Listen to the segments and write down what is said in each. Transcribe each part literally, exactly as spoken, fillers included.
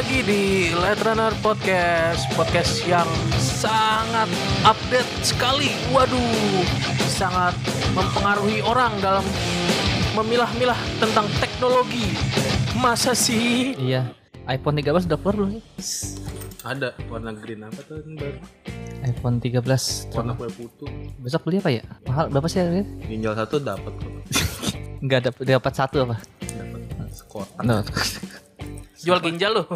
lagi di Light Runner Podcast, podcast yang sangat update sekali. Waduh, sangat mempengaruhi orang dalam memilah-milah tentang teknologi. Masa sih? Iya, iPhone tiga belas udah keluar belum? Ada warna green apa tuh yang baru? iPhone tiga belas Warna kue putu. besok beli apa ya? Mahal berapa sih harganya? Ginjal satu dapat kok. Enggak dapat dapat satu apa? Dapat sekotak. No. Jual ginjal lu.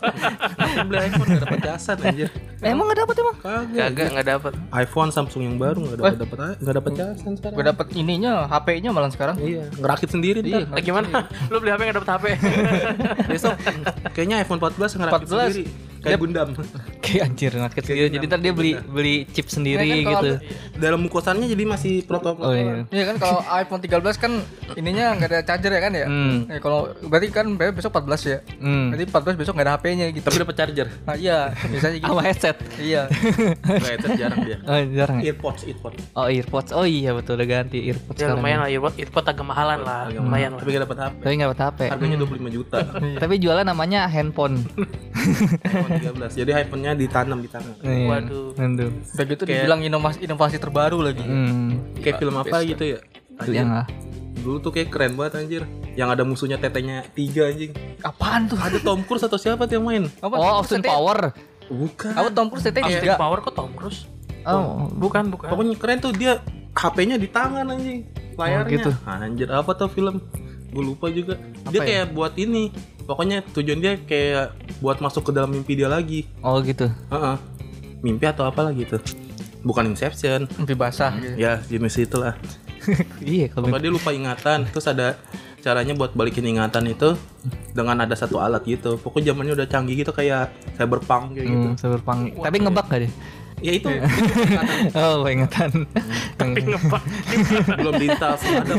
Beli iPhone enggak dapat jasa anjir. Emang enggak dapat emang? Kagak. Kagak, nggak dapat. iPhone Samsung yang baru enggak dapat dapat enggak dapat jasa sekarang. Gue dapet ininya, H P-nya malah sekarang. Iya, ngerakit sendiri Iya, ntar. Nah, gimana? Lu beli H P nggak dapet H P? Besok kayaknya iPhone empat belas ngerakit empat belas sendiri. Kayak Gundam. Kayak anjir nakit sendiri. Jadi ntar dia beli beli chip sendiri Ya kan kalau- gitu. Dalam mukosannya jadi masih protokol. Oh iya. Iya kan kalau iPhone tiga belas kan ininya nggak ada charger ya kan ya. Hmm. Eh, kalau berarti kan besok empat belas ya. Hmm. Berarti empat belas besok nggak ada H P-nya gitu. Tapi dapat charger. Nah, iya, biasanya gitu. Sama headset. Iya. Headset jarang dia. Oh, jarang ya? Earpods, earpods. Oh, earpods. Oh iya betul udah ganti earpods Ya sekarang. lumayan lah, earpod, earpod agak mahalan lah, Agak lumayan mahal. lah. Tapi gak dapat H P. Tapi enggak dapat H P. Harganya dua puluh lima juta. Tapi jualan namanya handphone. iPhone tiga belas. Jadi iPhone-nya ditanam di tangan. Iya. Waduh. Waduh. Udah gitu Kayak- dibilang inovasi inovasi terbaru lagi. Hmm. Kayak film apa gitu ya? Anjir. Yang ah. Dulu tuh kayak keren banget anjir. Yang ada musuhnya tetenya tiga anjing. Apaan tuh? Ada Tom Cruise atau siapa tuh yang main? Apa? Oh, Austin Power. Bukan. Apa Tom Cruise T T Austin juga? Power kok Tom Cruise? Oh, Bukan, bukan. Pokoknya keren tuh dia H P-nya di tangan anjing. Layarnya. Oh, gitu. Anjir, apa tuh film? Gue lupa juga. Dia Apa ya? kayak buat ini. Pokoknya tujuan dia kayak buat masuk ke dalam mimpi dia lagi. oh gitu. Heeh. Mimpi atau apalah gitu. Bukan Inception. Mimpi basah gitu. Ya, jenis itulah. Iya, kalau Pokoknya dia lupa ingatan. Terus ada caranya buat balikin ingatan itu dengan ada satu alat gitu. Pokoknya zamannya udah canggih gitu kayak cyberpunk kayak gitu. hmm, cyberpunk. Tapi ngebug gak deh? Ya itu ingatan. Oh, ingatan. Tapi ngepak. Belum diinstal ada.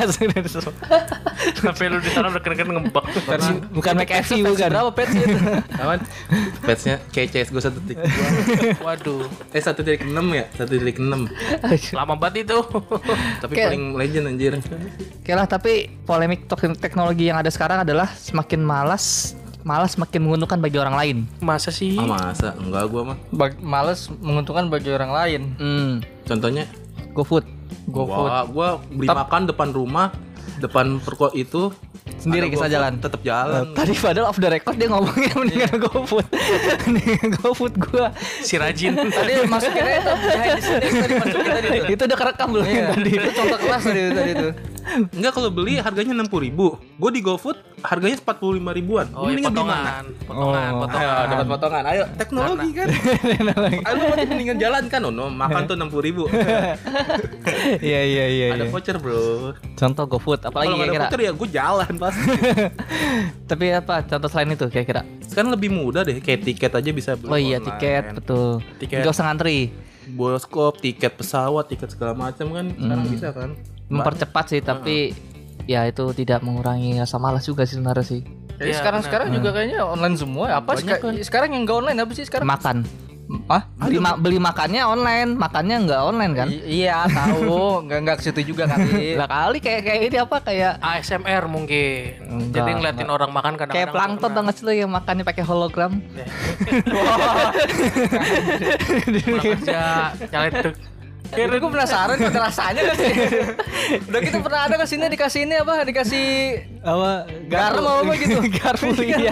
H P lu di sana udah keren-keren ngebak. Versi bukan Mac F C bukan. Berapa patch itu? Aman. Patch-nya kayak C S G O satu titik dua. Waduh, Eh satu titik enam ya? satu titik enam. lama banget itu. Tapi Kayak- paling legend anjir. Oke lah, tapi polemik tek- teknologi yang ada sekarang adalah semakin malas, malas semakin menguntungkan bagi orang lain. Masa sih? Ah masa? Enggak gua mah. Bag- males menguntungkan bagi orang lain. Hmm, Contohnya GoFood GoFood. Wah, gua beli Tap- makan depan rumah, depan perko itu sendiri ada kisah GoFood, jalan. tetap jalan. Tadi padahal off the record dia ngomongnya mendingan GoFood. Mendingan GoFood gua. Si rajin. Tadi masukin aja tuh behind the scene tadi masukin tadi tuh. Itu udah kerekam belum Iya, tadi? itu contoh kelas tadi tadi tuh. Enggak, kalau beli harganya enam puluh ribu. Gue di GoFood harganya empat puluh lima ribuan. Oh, Gua ya, mendingan beli mana? potongan. Potongan, Oh. potongan. Ayo dapat potongan. Ayo teknologi kan. Ayo lu berarti mendingan jalan kan. Oh, no, makan tuh enam puluh ribu. Iya iya iya. Ada iya. voucher, Bro. Contoh GoFood apalagi Kalau nggak ada kira-kira. voucher ya gue jalan pasti. Tapi apa contoh selain itu kira-kira? Sekarang lebih mudah deh, kayak tiket aja bisa beli. Oh iya, online. tiket betul. Tiket. Gak usah ngantri. Bioskop, tiket pesawat, tiket segala macam kan sekarang Hmm. bisa kan. Mempercepat sih, tapi ya itu tidak mengurangi rasa malas juga sih sebenarnya sih. Jadi Iya, sekarang sekarang juga kayaknya online semua. Apa Banyak seka- kan. sekarang yang enggak online apa sih sekarang? Makan. Hah? Beli, ma- beli makannya online, makannya nggak online kan? I- iya, tahu. Enggak enggak ke situ juga kali. Lah kali kayak kayak ini apa kayak A S M R mungkin. Enggak, Jadi ngeliatin orang makan kadang-kadang. kayak plankton pernah. banget sih lo yang makannya pakai hologram. Pulang kerja, nyaletuk. Kira gue penasaran kok rasanya kan sih. Udah gitu pernah ada kesini dikasih ini apa? Dikasih Apa garam apa gitu. Garam iya.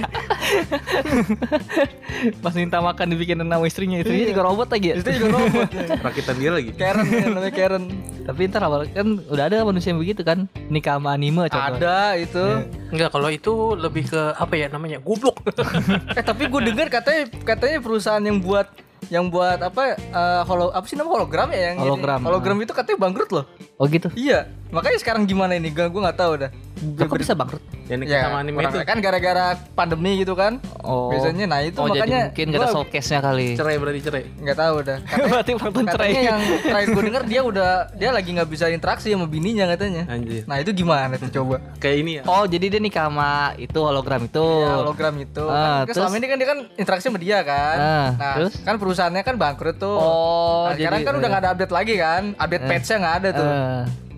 Pas minta makan dibikin nama istrinya, istrinya juga robot lagi ya. Itu juga robot. Rakitan dia lagi. Karen ya, namanya Karen. Tapi ntar awal kan udah ada manusia yang begitu kan, nikah sama anime contoh. Ada itu. Enggak, kalau itu lebih ke apa ya namanya? Goblok. Eh tapi gue dengar katanya katanya perusahaan yang buat yang buat apa eh, holo apa sih nama hologram ya yang Hologram. ini. Hologram itu katanya bangkrut loh. Oh gitu. Iya, makanya sekarang gimana ini? Gue gue nggak tahu dah. Kok bisa bangkrut? Yang nikah Ya, sama anime orang- itu kan gara-gara pandemi gitu kan. Oh. Biasanya nah itu Oh jadi makanya mungkin gak ada gua showcase-nya kali. cerai berarti cerai. nggak tahu dah. Katanya, Berarti nonton cerai. katanya yang terakhir gue denger dia udah dia lagi nggak bisa interaksi sama bininya katanya. Anjir. Nah itu gimana tuh coba? Kayak ini ya. Oh jadi dia nikah sama itu hologram itu. Ya, hologram itu. Ah, kan, kan terus? selama ini kan dia kan interaksi sama dia kan. Ah, nah, terus? kan perusahaannya kan bangkrut tuh. Oh Nah, sekarang jadi kan udah nggak ada update lagi kan. Update Eh. patch-nya nggak ada tuh. Eh,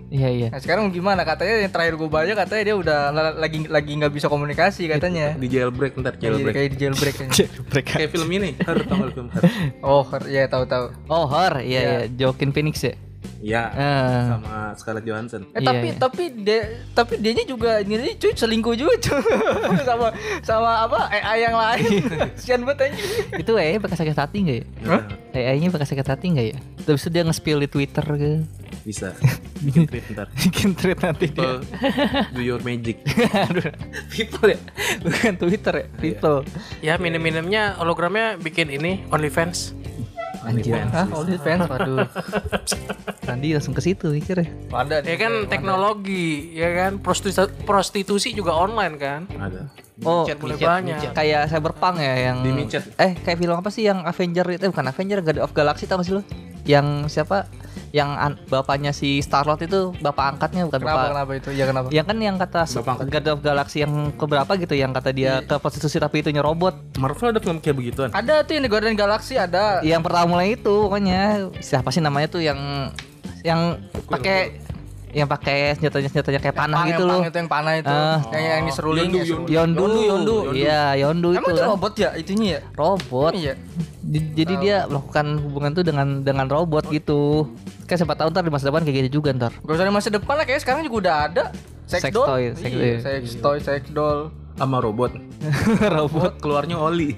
Iya iya. Nah sekarang gimana? Katanya yang terakhir gue baca katanya dia udah la- lagi lagi nggak bisa komunikasi katanya. Di jailbreak ntar Jadi jailbreak. kayak di jailbreak. Kayak film ini, Her, tau nggak film Her? Oh ya tahu-tahu. Oh Her, iya Iya. iya. Joaquin Phoenix ya. Iya. Eh. Sama Scarlett Johansson. Eh Iya, tapi iya. tapi dia tapi dianya juga ini cuy selingkuh juga cuy. sama sama apa A I yang lain. Sian banget anjing. Itu A I bakal sakit hati nggak ya? Hah? A I-nya bakal sakit hati nggak ya? Terus dia nge-spill di Twitter gitu. Bisa. Bikin tweet ntar. Bikin tweet nanti dia. People, do your magic. Aduh, people ya, bukan Twitter ya, people. Ya minim-minimnya hologramnya bikin ini OnlyFans. Anjir. Hah, OnlyFans waduh. Randi langsung ke situ mikirnya. Ada Ya kan teknologi, ya kan prostitu- prostitusi juga online kan. Ada. Oh, Micet mulai micet, banyak. micet. Kayak Cyberpunk ya yang Di micet. Eh, kayak film apa sih yang Avenger itu eh, bukan Avenger, God of Galaxy tau gak sih lu? Yang siapa? Yang an- bapaknya si Star-Lord itu bapak angkatnya bukan Kenapa bapak. kenapa itu? Ya kenapa? Yang kan yang kata Bapak angkat. God of Galaxy yang keberapa gitu yang kata dia ke prostitusi tapi itunya robot. Marvel ada film kayak begituan. Ada tuh yang di Guardian Galaxy ada. Yang pertama mulai itu pokoknya siapa sih namanya tuh yang yang pakai yang pakai senjatanya senjatanya kayak panah Pang, gitu yang loh. pang itu yang panah itu. Ah. yang yang diseruling. Yondu, ya, seruling. Yondu, Yondu, Yondu. Iya, Yondu Emang itu itu kan. robot ya itunya ya? Robot. Iya. Di- Jadi dia melakukan hubungan tuh dengan dengan robot gitu. Kayak siapa tahu ntar di masa depan kayak gitu juga ntar. Gak usah di masa depan lah kayak sekarang juga udah ada. Sex, Sex doll. toy, sex Iya, toy. sex toy, sex doll. Sama robot. Robot. Keluarnya oli.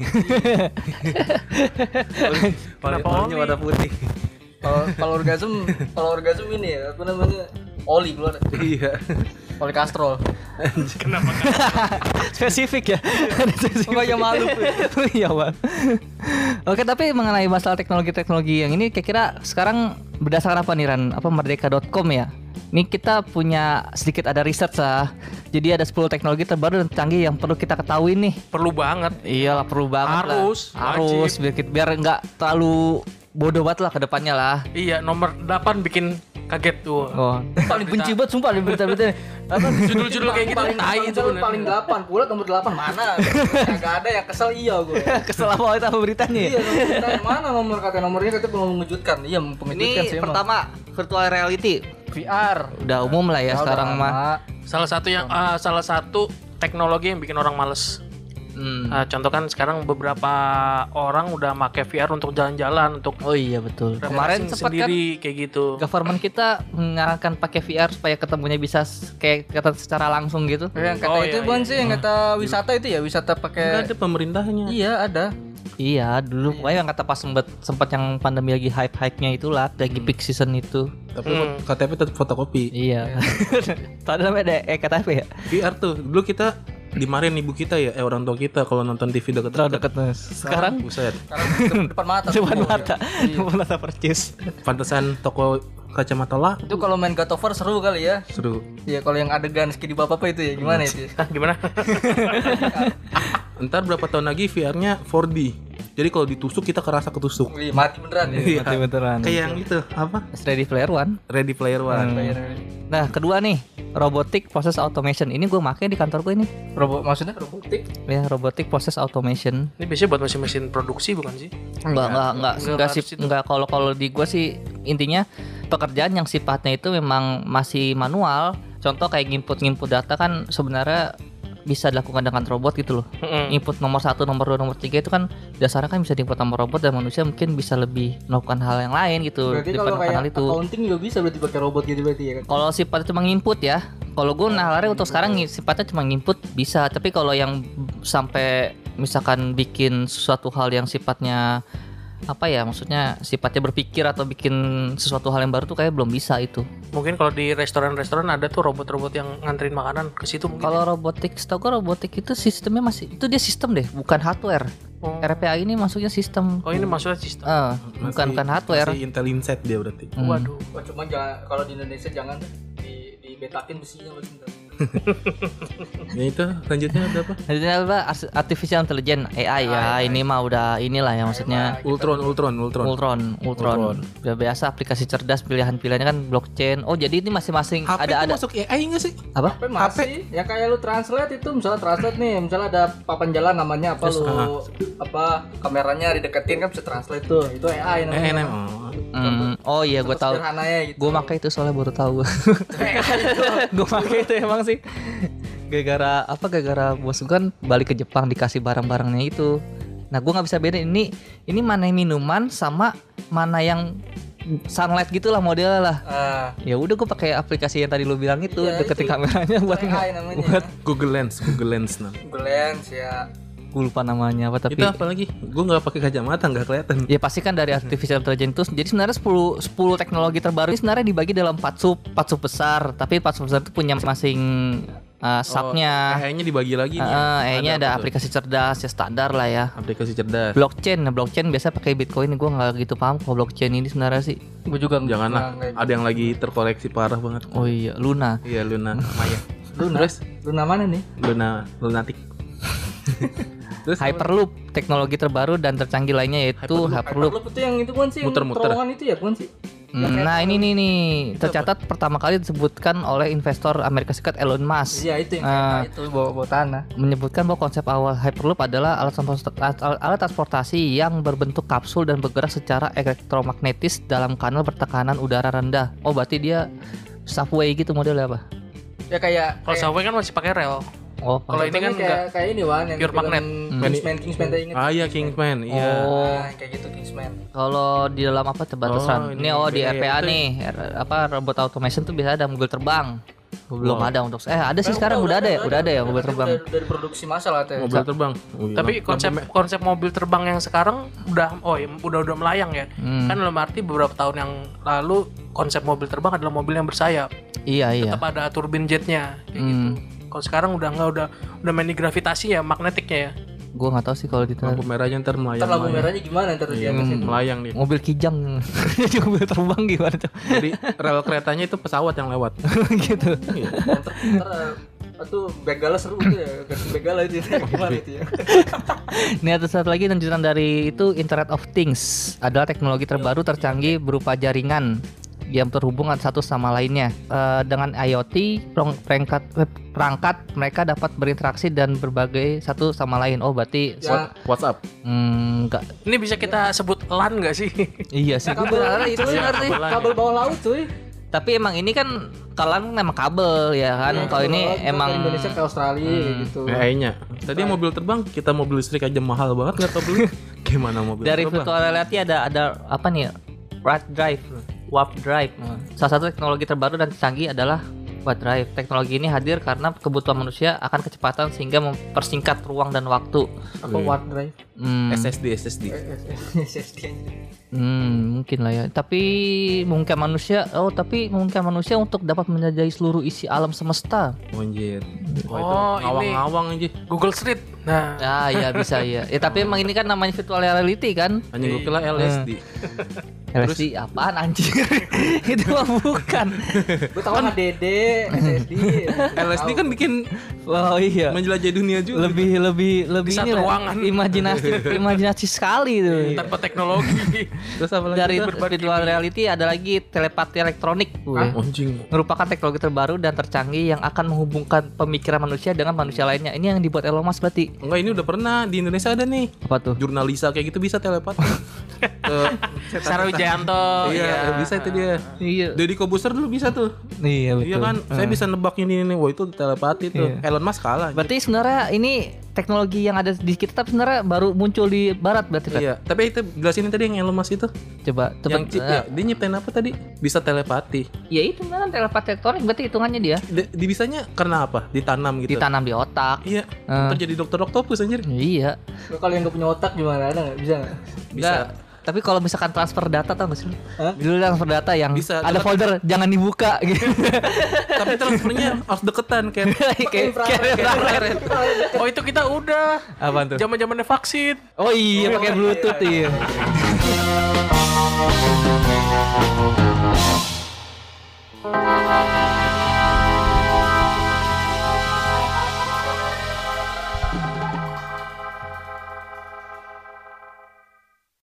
Kenapa Olinya oli? warna putih. Kalau kalau orgasm, kalau orgasm ini ya, apa namanya? Oli keluar. Iya. Oli kastrol. Spesifik ya. Enggak ya malu. Iya, Bang. Oke, tapi mengenai masalah teknologi-teknologi yang ini kira-kira sekarang berdasarkan apa nih Ran? Apa merdeka dot com ya? Ini kita punya sedikit ada research lah. Jadi ada sepuluh teknologi terbaru dan canggih yang perlu kita ketahui nih. Perlu banget. Iyalah perlu banget Harus, lah. Harus biar kita- biar nggak terlalu bodoh banget lah ke depannya lah. Iya, nomor delapan bikin kaget tuh. Oh. Paling benci banget sumpah di berita-berita. Apa Judul-judul kayak gitu paling tai itu bener. paling delapan, pula nomor delapan mana? Enggak ada yang kesel iya gue. Kesel apa itu apa beritanya? Iya, nomor kita mana nomor kata nomornya katanya belum mengejutkan. Iya, mengejutkan Ini sih emang. pertama virtual reality. V R. Udah umum lah ya Udah sekarang lama. mah. Salah satu yang ah, salah satu teknologi yang bikin orang males. Hmm. Ah, contoh kan sekarang beberapa orang udah make V R untuk jalan-jalan, untuk Oh iya betul. Kemarin refreshing sempat kan sendiri kayak gitu. government kita menyarankan pakai V R supaya ketemunya bisa s- kayak kata secara langsung gitu. Yang kata Oh, itu iya, bukan iya. sih yang kata wisata itu ya, wisata Enggak pakai. ada pemerintahnya. Iya, ada. Iya, dulu pokoknya yang kata pas sempat sempat yang pandemi lagi hype-hype-nya itulah, lagi peak season itu. Tapi Hmm. K T P tetap fotokopi. Iya. Tadi namanya ada E K T P ya? V R tuh dulu kita dimarahin ibu kita ya, eh orang tua kita kalau nonton T V deket Terlalu dekat mas. Sekarang buset. Sekarang de- depan mata. depan semua. mata, depan mata percis. Pantesan toko kacamata lah Itu kalau main God of War seru kali ya. seru. Iya, kalau yang adegan ski di bapak itu ya gimana itu? Hah, gimana? Ntar berapa tahun lagi V R-nya four D. Jadi kalau ditusuk kita kerasa ketusuk. Wih, mati beneran ya. Iya. Mati beneran. Kayak yang itu apa? Ready Player One. Ready Player One. Nah kedua nih, robotic process automation. Ini gue pakai di kantor gue ini. Robot maksudnya robotik? Ya, robotic process automation. Ini biasanya buat mesin-mesin produksi bukan sih? Enggak, enggak, enggak, Enggak enggak sih, harus itu. enggak kalau kalau di gua sih intinya pekerjaan yang sifatnya itu memang masih manual. Contoh kayak nginput-nginput data kan sebenarnya bisa dilakukan dengan robot gitu loh. Mm-mm. Input nomor satu, nomor dua, nomor tiga itu kan dasarnya kan bisa diinput sama robot dan manusia mungkin bisa lebih melakukan hal yang lain gitu Berarti daripada kalau kayak hal itu. accounting juga bisa berarti pakai robot gitu berarti ya kan? Kalau sifatnya cuma nginput ya. Kalau gue nalarnya untuk sekarang ngi- sifatnya cuma nginput bisa, tapi kalau yang sampai misalkan bikin sesuatu hal yang sifatnya apa ya, maksudnya sifatnya berpikir atau bikin sesuatu hal yang baru tuh kayak belum bisa itu. Mungkin kalau di restoran-restoran ada tuh robot-robot yang nganterin makanan ke situ mungkin. Kalau robotik, setahu gue robotik itu sistemnya masih itu dia sistem deh, bukan hardware. Oh. R P A ini masuknya sistem. Oh, ini maksudnya sistem. Eh, bukan bukan hardware. Masih Intel Inside dia berarti. Hmm. Waduh. Oh, cuma jangan kalau di Indonesia jangan di dibetakin besinya Mas. Ya itu selanjutnya ada apa? Jadi apa? Ars- Artificial Intelligence A I ya. Ini mah udah inilah ya maksudnya. Ultron, Ultron, Ultron. Ultron, Ultron. Ultron. Udah biasa aplikasi cerdas, pilihan-pilihannya kan blockchain. Oh, jadi ini masing-masing H P ada itu ada masuk A I nggak sih? apa? Tapi masih ya kayak lu translate itu misalnya translate nih, misalnya ada papan jalan namanya apa lu apa kameranya dideketin kan bisa translate tuh. Itu A I Eh, namanya. oh. Hmm, oh iya gue tahu. Sederhananya gitu. Gue pakai itu soalnya baru tahu. Gue pakai itu emang sih. Gara-gara apa? Gara-gara bos gue kan balik ke Jepang dikasih barang-barangnya itu. Nah gue nggak bisa beda ini ini mana yang minuman sama mana yang sunlight gitulah modelnya lah. Ah, Ya udah gue pakai aplikasi yang tadi lu bilang itu, Iya, deketin itu. kameranya buat A I namanya. buat Google Lens, Google Lens nah. Google Lens ya. gue lupa namanya apa tapi Itu apa lagi? Gue nggak pakai kacamata, nggak kelihatan. ya pasti kan dari artificial intelligence itu. Jadi sebenarnya sepuluh sepuluh teknologi terbaru ini sebenarnya dibagi dalam empat sub, empat sub besar, tapi empat sub besar itu punya masing-masing uh, subnya. Kayaknya dibagi lagi nih. Uh, E-nya ada apa tuh? aplikasi cerdas ya standar lah ya. Aplikasi cerdas. Blockchain, nah blockchain biasa pakai Bitcoin. Gue nggak gitu paham kalau blockchain ini sebenarnya sih. Gue juga Janganlah, ada yang lagi terkoleksi parah banget. Oh iya, Luna. Iya, Luna Maya. Luna. Terus Luna mana nih? Luna Lunatic. Terus apa? Hyperloop, teknologi terbaru dan tercanggih lainnya yaitu Hyperloop. Hyperloop. Hyperloop itu yang itu bukan sih? yang Muter-muter. terowongan itu ya bukan sih? Hmm, nah ini nih nih tercatat pertama kali disebutkan oleh investor Amerika Serikat Elon Musk. Iya itu yang Ah. kereta itu bawa bawa tanah. Menyebutkan bahwa konsep awal Hyperloop adalah alat transportasi, alat transportasi yang berbentuk kapsul dan bergerak secara elektromagnetis dalam kanal bertekanan udara rendah. Oh berarti dia subway gitu modelnya apa? Ya kayak Kalau kayak- subway kan masih pakai rel. Oh, Kalau ini kan kayak enggak. kayak ini Wan yang Pure film magnet. Kingsman Kingsman tadi inget. Ah iya Kingsman, iya. Oh. Nah, kayak gitu Kingsman. kalau di dalam apa terbatasan? Oh, ini, ini oh di kayak R P A itu. nih, R- apa robot automation tuh biasa ada mobil terbang. Belum Wow. ada untuk eh ada sih sekarang udah, ada ya, udah ada ya mobil terbang. Udah, udah diproduksi massal lah teh. Mobil terbang. Oh, iya. Tapi Lampu- konsep lampu konsep mobil terbang yang sekarang udah oh ya, udah udah melayang ya. Hmm. Kan dalam arti beberapa tahun yang lalu konsep mobil terbang adalah mobil yang bersayap. Iya iya. Tetap ada turbin jetnya kayak Hmm. gitu. Kalau sekarang udah nggak udah udah main di gravitasi ya, magnetiknya ya. Gua nggak tahu sih kalau di lampu merahnya ntar melayang. Ntar lampu melayang. merahnya gimana ntar di Iya, atas itu? melayang nih. mobil kijang. Jadi mobil terbang gimana tuh? Jadi rel keretanya itu pesawat yang lewat. gitu. Iya. Ntar ntar eh, itu begala seru tuh ya, versi begala itu ya. Gimana itu ya? Ini ada satu lagi lanjutan dari itu Internet of Things adalah teknologi terbaru tercanggih berupa jaringan yang terhubung satu sama lainnya. Eh, dengan IoT perang- perangkat perangkat mereka dapat berinteraksi dan berbagai satu sama lain. Oh berarti Ya, WhatsApp. hmm, enggak. Ini bisa kita sebut LAN nggak sih? Iya sih. Gue kabel benar itu cuy, benar sih. kabel. kabel bawah laut cuy. Tapi emang ini kan kalian memang kabel ya kan. Iya, Kalau kabel ini bawah laut, emang dari Indonesia ke Australia kayak gitu. Kayaknya. Tadi mobil terbang, kita mobil listrik aja mahal banget nggak tau beli. Gimana mobil dari terbang? virtual reality ada ada apa nih? Warp drive, warp drive. Salah satu teknologi terbaru dan canggih adalah warp drive. Teknologi ini hadir karena kebutuhan manusia akan kecepatan sehingga mempersingkat ruang dan waktu. Apa warp drive? Hmm, S S D, S S D. S S D. hmm, mungkin lah ya. Tapi memungkinkan manusia, oh tapi memungkinkan manusia untuk dapat menjelajahi seluruh isi alam semesta. Anjir. Wah, itu Oh, ini. ngawang-ngawang aja. Google Street. Nah, Ah ya bisa ya. Ya tapi emang ini kan namanya virtual reality kan? Anjing gue kira L S D. L S D apaan anjir? Itu mah bukan. Gue tahu H D D, S S D. L S D kan bikin Oh iya. menjelajahi dunia juga. lebih lebih lebih Di satu ini lah, ruangan. imajinasi imajinasi sekali tuh. tanpa teknologi. Terus apa lagi? Dari tuh? virtual reality ada lagi telepati elektronik. Wih. Anjing. Merupakan teknologi terbaru dan tercanggih yang akan menghubungkan pemikiran manusia dengan manusia lainnya. Ini yang dibuat Elon Musk berarti. Enggak, ini udah pernah di Indonesia ada nih. Apa tuh? Jurnalisa kayak gitu bisa telepat. Ke Sarah Wijayanto. iya, bisa itu dia. Iya. Deddy Kobuser dulu bisa tuh. Iya betul. Iya kan, saya bisa nebak ini ini. Wah, itu telepati tuh. Iya. Elon Musk kalah. Berarti sebenarnya ini teknologi yang ada di kita tapi sebenarnya baru muncul di barat berarti Fet? Iya, tapi itu jelasin tadi yang Elon Musk itu. Coba Yang coba chip ya, dia nyiptain apa tadi? Bisa telepati. ya itu kan telepati elektronik berarti hitungannya dia Di, di bisanya karena apa? Ditanam gitu. ditanam di otak. Iya. Eh. Ntar jadi dokter oktopus anjir. Iya. Kalau yang gak punya otak gimana? Ada nggak? Bisa nggak? Bisa. Nggak, tapi kalau misalkan transfer data tau gak sih? Hah? Dulu transfer data yang Bisa, ada tapi- folder jangan dibuka gitu. Tapi transfernya harus deketan kayak Kayak kayak infrared. Oh, itu kita udah Apaan tuh? zaman-zamannya vaksin. Oh iya pakai bluetooth iya. Iya.